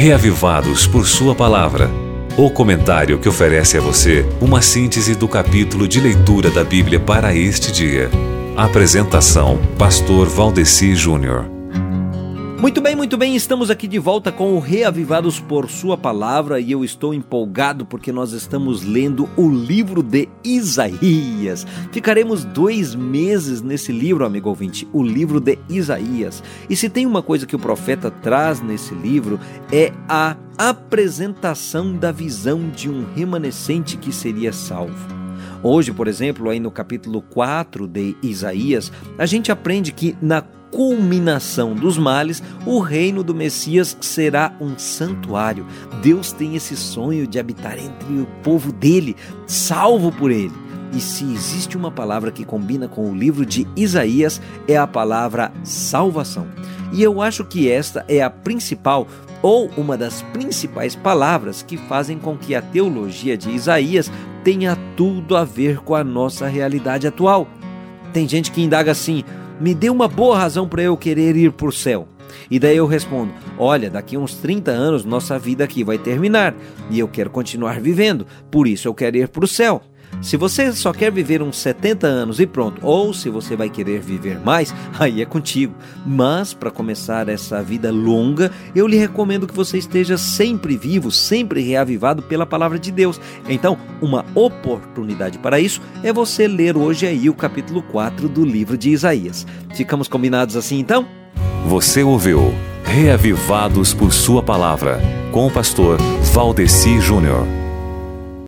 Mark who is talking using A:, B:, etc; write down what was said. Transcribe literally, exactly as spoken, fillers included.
A: Reavivados por Sua Palavra. O comentário que oferece a você uma síntese do capítulo de leitura da Bíblia para este dia. Apresentação: Pastor Valdeci Júnior.
B: Muito bem, muito bem, estamos aqui de volta com o Reavivados por Sua Palavra e eu estou empolgado porque nós estamos lendo o livro de Isaías. Ficaremos dois meses nesse livro, amigo ouvinte, o livro de Isaías. E se tem uma coisa que o profeta traz nesse livro é a apresentação da visão de um remanescente que seria salvo. Hoje, por exemplo, aí no capítulo quatro de Isaías, a gente aprende que na culminação dos males, o reino do Messias será um santuário. Deus tem esse sonho de habitar entre o povo dele, salvo por ele. E se existe uma palavra que combina com o livro de Isaías, é a palavra salvação. E eu acho que esta é a principal ou uma das principais palavras que fazem com que a teologia de Isaías tenha tudo a ver com a nossa realidade atual. Tem gente que indaga assim: me dê uma boa razão para eu querer ir para o céu. E daí eu respondo: olha, daqui a uns trinta anos nossa vida aqui vai terminar e eu quero continuar vivendo, por isso eu quero ir para o céu. Se você só quer viver uns setenta anos e pronto, ou se você vai querer viver mais, aí é contigo. Mas para começar essa vida longa, eu lhe recomendo que você esteja sempre vivo, sempre reavivado pela palavra de Deus. Então, uma oportunidade para isso é você ler hoje aí o capítulo quatro do livro de Isaías. Ficamos combinados assim então?
A: Você ouviu Reavivados por Sua Palavra, com o pastor Valdeci Júnior.